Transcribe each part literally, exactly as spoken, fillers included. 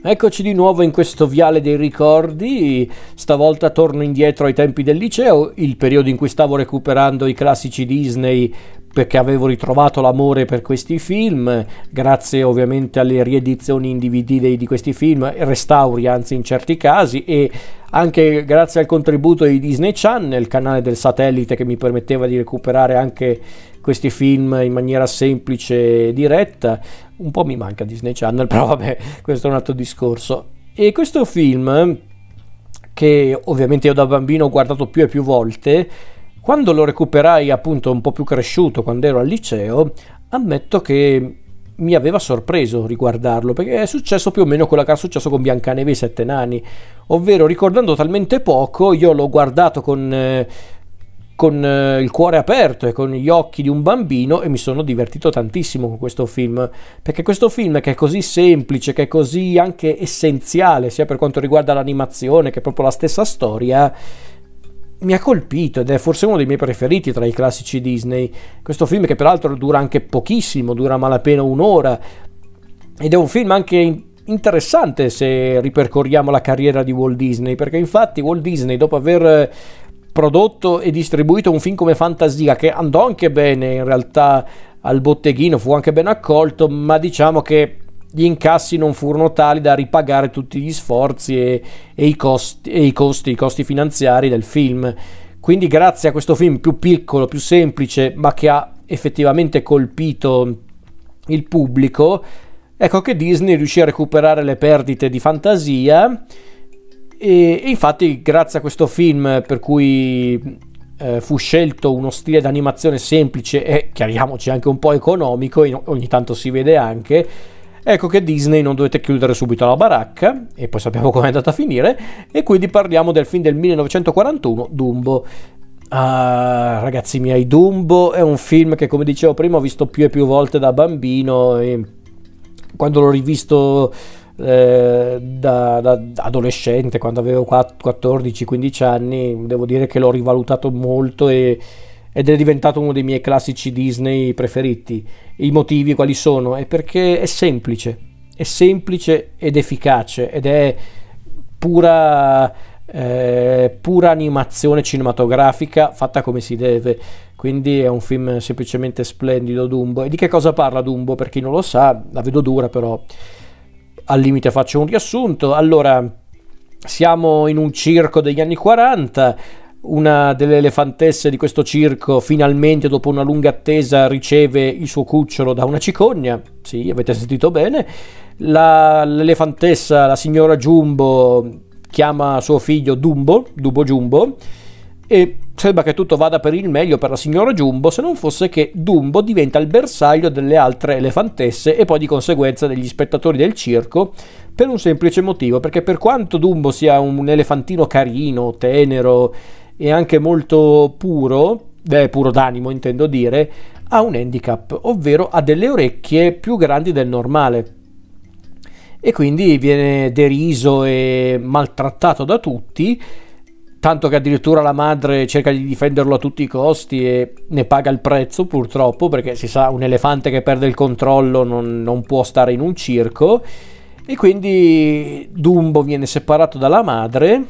Eccoci di nuovo in questo viale dei ricordi, stavolta torno indietro ai tempi del liceo, il periodo in cui stavo recuperando i classici Disney perché avevo ritrovato l'amore per questi film, grazie ovviamente alle riedizioni in D V D di questi film, restauri anzi in certi casi, e anche grazie al contributo di Disney Channel, canale del satellite che mi permetteva di recuperare anche questi film in maniera semplice e diretta. Un po' mi manca Disney Channel, però vabbè, questo è un altro discorso. E questo film, che ovviamente io da bambino ho guardato più e più volte, quando lo recuperai appunto un po' più cresciuto, quando ero al liceo, ammetto che mi aveva sorpreso riguardarlo, perché è successo più o meno quello che era successo con Biancaneve e i Sette Nani, ovvero ricordando talmente poco, io l'ho guardato con... Eh, con eh, il cuore aperto e con gli occhi di un bambino, e mi sono divertito tantissimo con questo film, perché questo film, che è così semplice, che è così anche essenziale sia per quanto riguarda l'animazione che proprio la stessa storia, mi ha colpito ed è forse uno dei miei preferiti tra i classici Disney. Questo film, che peraltro dura anche pochissimo, dura malapena un'ora, ed è un film anche interessante se ripercorriamo la carriera di Walt Disney, perché infatti Walt Disney, dopo aver prodotto e distribuito un film come Fantasia, che andò anche bene in realtà al botteghino, fu anche ben accolto, ma diciamo che gli incassi non furono tali da ripagare tutti gli sforzi e, e, i, costi, e i costi, i costi finanziari del film. Quindi grazie a questo film più piccolo, più semplice, ma che ha effettivamente colpito il pubblico, ecco che Disney riuscì a recuperare le perdite di Fantasia. E infatti grazie a questo film, per cui eh, fu scelto uno stile d'animazione semplice e, chiariamoci, anche un po' economico, ogni tanto si vede anche, ecco che Disney non dovette chiudere subito la baracca, e poi sappiamo come è andata a finire, e quindi parliamo del film del millenovecentoquarantuno, Dumbo. Ah, ragazzi miei, Dumbo è un film che, come dicevo prima, ho visto più e più volte da bambino, e quando l'ho rivisto Eh, da, da adolescente, quando avevo quattordici quindici anni, devo dire che l'ho rivalutato molto e, ed è diventato uno dei miei classici Disney preferiti. I motivi quali sono? È perché è semplice, è semplice ed efficace, ed è pura, eh, pura animazione cinematografica fatta come si deve. Quindi è un film semplicemente splendido, Dumbo. E di che cosa parla Dumbo? Per chi non lo sa, la vedo dura, però al limite faccio un riassunto. Allora, siamo in un circo degli anni quaranta, una delle elefantesse di questo circo finalmente, dopo una lunga attesa, riceve il suo cucciolo da una cicogna. Sì, avete sentito bene. La, l'elefantessa, la signora Jumbo, chiama suo figlio Dumbo, Dumbo Jumbo, e sembra che tutto vada per il meglio per la signora Jumbo, se non fosse che Dumbo diventa il bersaglio delle altre elefantesse e poi di conseguenza degli spettatori del circo, per un semplice motivo, perché per quanto Dumbo sia un elefantino carino, tenero e anche molto puro, beh, puro d'animo intendo dire, ha un handicap, ovvero ha delle orecchie più grandi del normale, e quindi viene deriso e maltrattato da tutti, tanto che addirittura la madre cerca di difenderlo a tutti i costi e ne paga il prezzo, purtroppo, perché si sa, un elefante che perde il controllo non, non può stare in un circo, e quindi Dumbo viene separato dalla madre,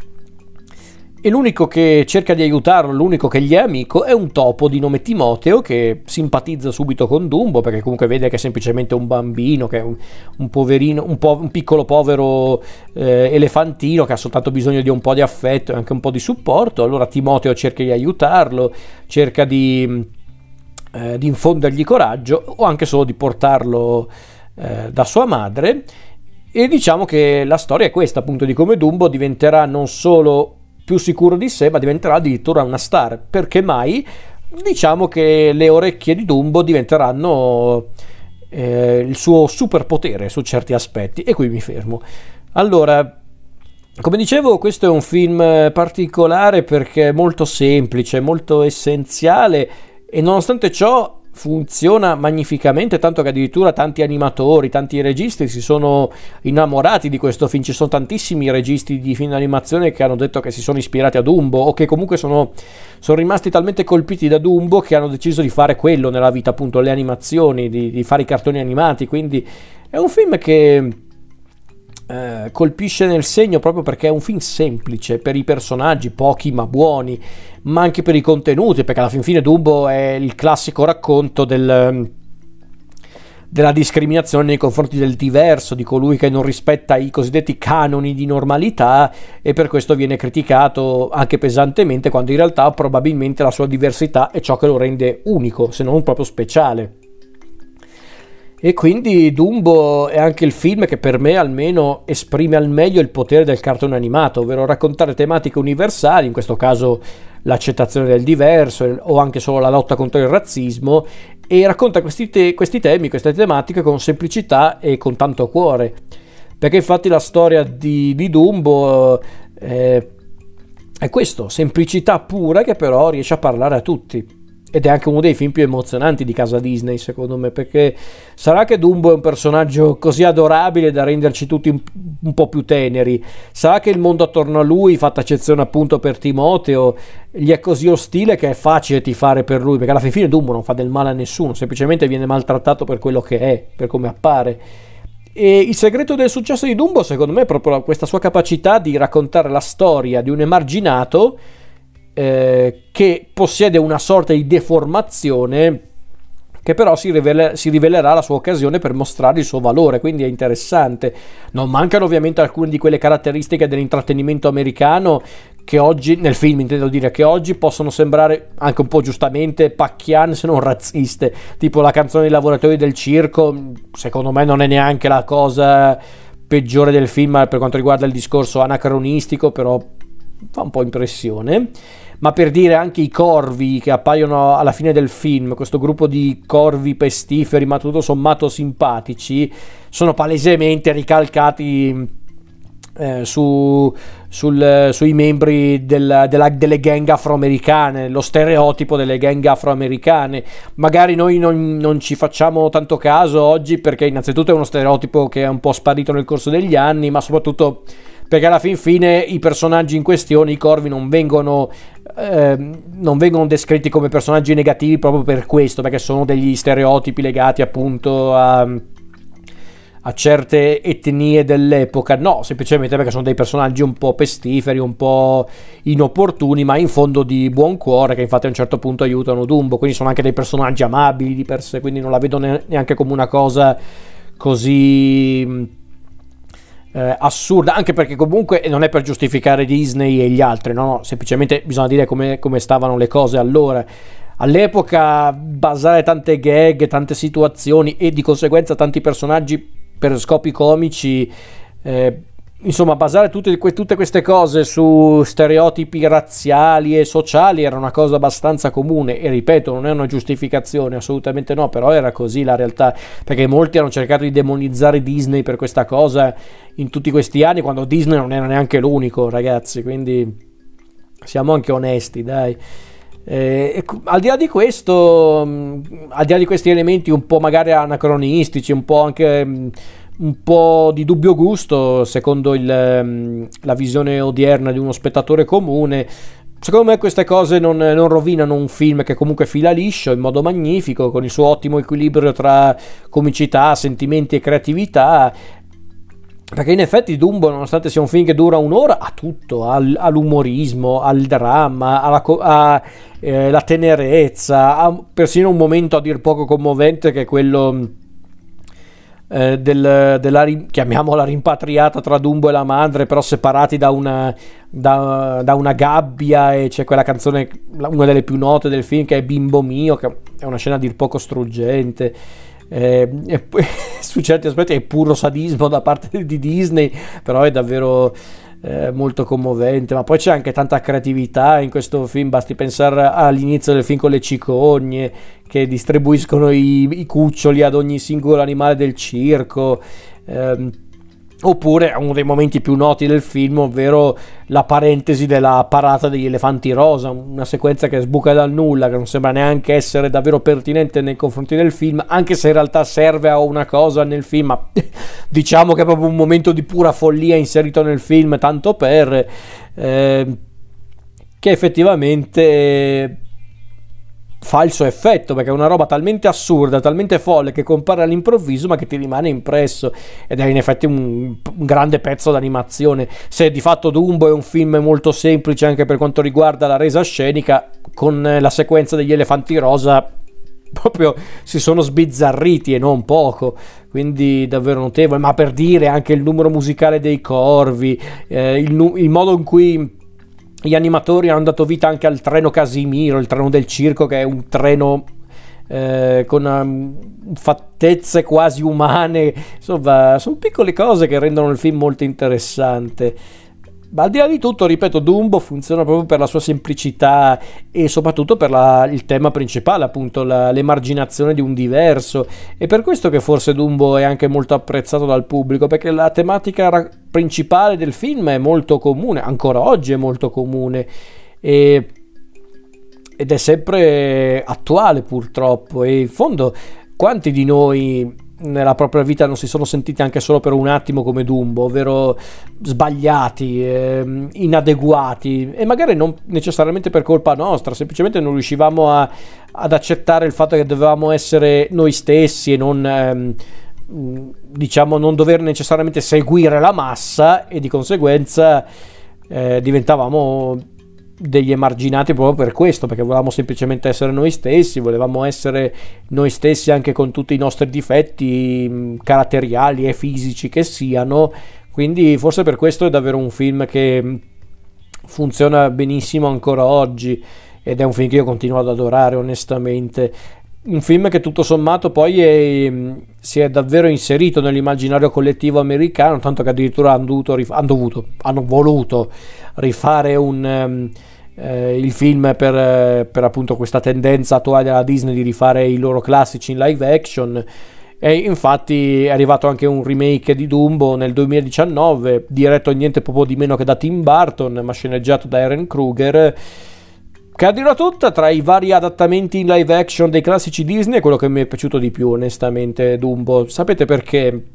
e l'unico che cerca di aiutarlo, l'unico che gli è amico, è un topo di nome Timoteo, che simpatizza subito con Dumbo, perché comunque vede che è semplicemente un bambino, che è un, un poverino, un, po', un piccolo povero eh, elefantino che ha soltanto bisogno di un po' di affetto e anche un po' di supporto. Allora Timoteo cerca di aiutarlo, cerca di, eh, di infondergli coraggio, o anche solo di portarlo eh, da sua madre. E diciamo che la storia è questa, appunto, di come Dumbo diventerà non solo più sicuro di sé, ma diventerà addirittura una star. Perché mai? Diciamo che le orecchie di Dumbo diventeranno eh, il suo superpotere su certi aspetti, e qui mi fermo. Allora, come dicevo, questo è un film particolare perché è molto semplice, molto essenziale, e nonostante ciò funziona magnificamente, tanto che addirittura tanti animatori, tanti registi si sono innamorati di questo film. Ci sono tantissimi registi di film d'animazione che hanno detto che si sono ispirati a Dumbo, o che comunque sono, sono rimasti talmente colpiti da Dumbo che hanno deciso di fare quello nella vita, appunto le animazioni, di, di fare i cartoni animati. Quindi è un film che eh, colpisce nel segno proprio perché è un film semplice per i personaggi, pochi ma buoni, ma anche per i contenuti, perché alla fin fine Dumbo è il classico racconto del, della discriminazione nei confronti del diverso, di colui che non rispetta i cosiddetti canoni di normalità, e per questo viene criticato anche pesantemente, quando in realtà probabilmente la sua diversità è ciò che lo rende unico, se non proprio speciale. E quindi Dumbo è anche il film che per me almeno esprime al meglio il potere del cartone animato, ovvero raccontare tematiche universali, in questo caso l'accettazione del diverso o anche solo la lotta contro il razzismo, e racconta questi, te- questi temi, queste tematiche con semplicità e con tanto cuore, perché infatti la storia di, di Dumbo eh, è questo, semplicità pura che però riesce a parlare a tutti. Ed è anche uno dei film più emozionanti di casa Disney, secondo me, perché sarà che Dumbo è un personaggio così adorabile da renderci tutti un, un po' più teneri, sarà che il mondo attorno a lui, fatta eccezione appunto per Timoteo, gli è così ostile che è facile tifare per lui, perché alla fine Dumbo non fa del male a nessuno, semplicemente viene maltrattato per quello che è, per come appare. E il segreto del successo di Dumbo, secondo me, è proprio questa sua capacità di raccontare la storia di un emarginato Eh, che possiede una sorta di deformazione che però si, rivela, si rivelerà la sua occasione per mostrare il suo valore, quindi è interessante. Non mancano ovviamente alcune di quelle caratteristiche dell'intrattenimento americano che oggi, nel film intendo dire, che oggi possono sembrare anche un po' giustamente pacchiane se non razziste, tipo la canzone dei lavoratori del circo, secondo me non è neanche la cosa peggiore del film per quanto riguarda il discorso anacronistico, però fa un po' impressione. Ma per dire, anche i corvi che appaiono alla fine del film, questo gruppo di corvi pestiferi ma tutto sommato simpatici, sono palesemente ricalcati eh, su, sul, sui membri del, della, delle gang afroamericane, lo stereotipo delle gang afroamericane. Magari noi non, non ci facciamo tanto caso oggi perché innanzitutto è uno stereotipo che è un po' sparito nel corso degli anni, ma soprattutto perché alla fin fine i personaggi in questione, i corvi, non vengono, eh, non vengono descritti come personaggi negativi proprio per questo, perché sono degli stereotipi legati appunto a, a certe etnie dell'epoca. No, semplicemente perché sono dei personaggi un po' pestiferi, un po' inopportuni, ma in fondo di buon cuore, che infatti a un certo punto aiutano Dumbo. Quindi sono anche dei personaggi amabili di per sé, quindi non la vedo neanche come una cosa così Eh, assurda, anche perché comunque non è per giustificare Disney e gli altri, no, no, semplicemente bisogna dire come, come stavano le cose allora. All'epoca basare tante gag, tante situazioni e di conseguenza tanti personaggi per scopi comici, eh, insomma basare tutte, tutte queste cose su stereotipi razziali e sociali era una cosa abbastanza comune, e ripeto, non è una giustificazione, assolutamente no, però era così la realtà, perché molti hanno cercato di demonizzare Disney per questa cosa in tutti questi anni, quando Disney non era neanche l'unico, ragazzi, quindi siamo anche onesti, dai. Eh, al di là di questo, mh, al di là di questi elementi un po' magari anacronistici, un po' anche mh, un po' di dubbio gusto secondo il, mh, la visione odierna di uno spettatore comune, secondo me queste cose non, non rovinano un film che comunque fila liscio in modo magnifico, con il suo ottimo equilibrio tra comicità, sentimenti e creatività. Perché in effetti Dumbo, nonostante sia un film che dura un'ora, ha tutto, ha, ha l'umorismo, ha il dramma, ha la, ha, eh, la tenerezza, ha persino un momento a dir poco commovente che è quello eh, del, della, chiamiamola rimpatriata tra Dumbo e la madre, però separati da una, da, da una gabbia, e c'è quella canzone, una delle più note del film, che è Bimbo mio, che è una scena a dir poco struggente. Eh, e poi, su certi aspetti è puro sadismo da parte di Disney, però è davvero eh, molto commovente. Ma poi c'è anche tanta creatività in questo film, basti pensare all'inizio del film con le cicogne che distribuiscono i, i cuccioli ad ogni singolo animale del circo, ehm, oppure uno dei momenti più noti del film, ovvero la parentesi della parata degli elefanti rosa, una sequenza che sbuca dal nulla, che non sembra neanche essere davvero pertinente nei confronti del film, anche se in realtà serve a una cosa nel film, ma diciamo che è proprio un momento di pura follia inserito nel film, tanto per eh, che effettivamente fa il suo effetto, perché è una roba talmente assurda, talmente folle, che compare all'improvviso ma che ti rimane impresso, ed è in effetti un, un grande pezzo d'animazione. Se di fatto Dumbo è un film molto semplice anche per quanto riguarda la resa scenica, con la sequenza degli elefanti rosa proprio si sono sbizzarriti, e non poco, quindi davvero notevole. Ma per dire, anche il numero musicale dei corvi, eh, il, nu- il modo in cui gli animatori hanno dato vita anche al treno Casimiro, il treno del circo, che è un treno eh, con um, fattezze quasi umane. Insomma, sono piccole cose che rendono il film molto interessante. Ma al di là di tutto, ripeto, Dumbo funziona proprio per la sua semplicità e soprattutto per la, il tema principale, appunto la, l'emarginazione di un diverso. E per questo che forse Dumbo è anche molto apprezzato dal pubblico, perché la tematica ra- principale del film è molto comune, ancora oggi è molto comune, e, ed è sempre attuale purtroppo. E in fondo, quanti di noi nella propria vita non si sono sentiti anche solo per un attimo come Dumbo, ovvero sbagliati, eh, inadeguati, e magari non necessariamente per colpa nostra, semplicemente non riuscivamo a, ad accettare il fatto che dovevamo essere noi stessi e non ehm, diciamo non dover necessariamente seguire la massa, e di conseguenza eh, diventavamo degli emarginati proprio per questo, perché volevamo semplicemente essere noi stessi, volevamo essere noi stessi anche con tutti i nostri difetti caratteriali e fisici che siano. Quindi forse per questo è davvero un film che funziona benissimo ancora oggi, ed è un film che io continuo ad adorare onestamente. Un film che tutto sommato poi è, si è davvero inserito nell'immaginario collettivo americano, tanto che addirittura hanno dovuto, rif- hanno, dovuto hanno voluto rifare un, um, eh, il film per, per appunto questa tendenza attuale della Disney di rifare i loro classici in live action. E infatti è arrivato anche un remake di Dumbo nel duemiladiciannove, diretto niente proprio di meno che da Tim Burton, ma sceneggiato da Ehren Kruger, che a dirla tutta, tra i vari adattamenti in live action dei classici Disney, è quello che mi è piaciuto di più onestamente, Dumbo. Sapete perché?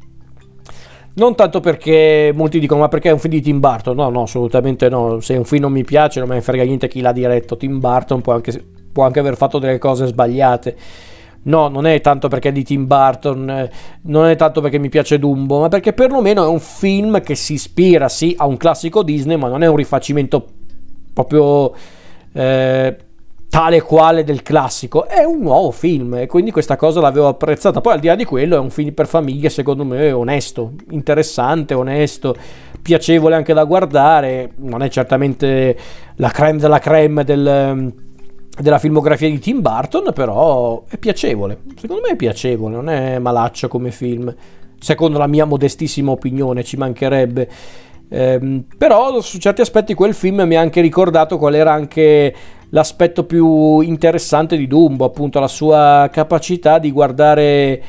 Non tanto perché molti dicono ma perché è un film di Tim Burton, no no, assolutamente no. Se un film non mi piace non me ne frega niente chi l'ha diretto. Tim Burton può anche, può anche aver fatto delle cose sbagliate. No, non è tanto perché è di Tim Burton, non è tanto perché mi piace Dumbo, ma perché perlomeno è un film che si ispira sì a un classico Disney, ma non è un rifacimento proprio Eh, tale quale del classico, è un nuovo film, e quindi questa cosa l'avevo apprezzata. Poi al di là di quello è un film per famiglia, secondo me onesto, interessante, onesto, piacevole anche da guardare. Non è certamente la crème della crème del, della filmografia di Tim Burton, però è piacevole, secondo me è piacevole, non è malaccio come film, secondo la mia modestissima opinione, ci mancherebbe. Eh, però su certi aspetti quel film mi ha anche ricordato qual era anche l'aspetto più interessante di Dumbo, appunto la sua capacità di guardare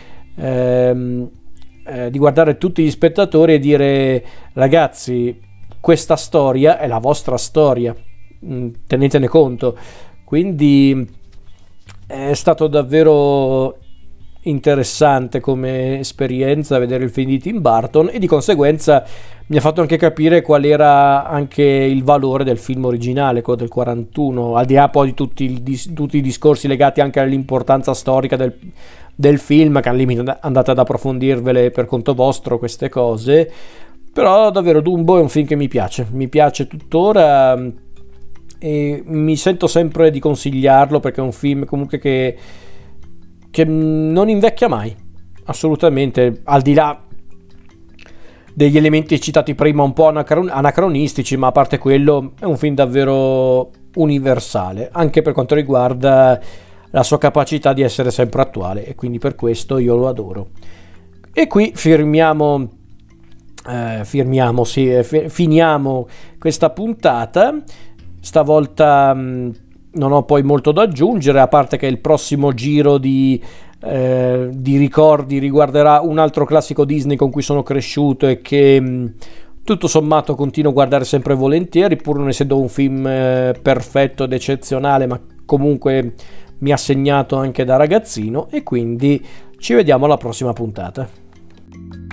ehm, eh, di guardare tutti gli spettatori e dire: ragazzi, questa storia è la vostra storia, tenetene conto. Quindi è stato davvero interessante come esperienza vedere il film di Tim Burton, e di conseguenza mi ha fatto anche capire qual era anche il valore del film originale, quello del quarantuno, al di là poi di tutti, il, tutti i discorsi legati anche all'importanza storica del, del film, che al limite andate ad approfondirvele per conto vostro queste cose. Però davvero Dumbo è un film che mi piace, mi piace tuttora, e mi sento sempre di consigliarlo, perché è un film comunque che che non invecchia mai, assolutamente, al di là degli elementi citati prima un po' anacron- anacronistici, ma a parte quello è un film davvero universale, anche per quanto riguarda la sua capacità di essere sempre attuale, e quindi per questo io lo adoro. E qui firmiamo eh, firmiamo, sì, f- finiamo questa puntata. Stavolta mh, non ho poi molto da aggiungere, a parte che il prossimo giro di, eh, di ricordi riguarderà un altro classico Disney con cui sono cresciuto e che mh, tutto sommato continuo a guardare sempre volentieri, pur non essendo un film eh, perfetto ed eccezionale, ma comunque mi ha segnato anche da ragazzino. E quindi ci vediamo alla prossima puntata.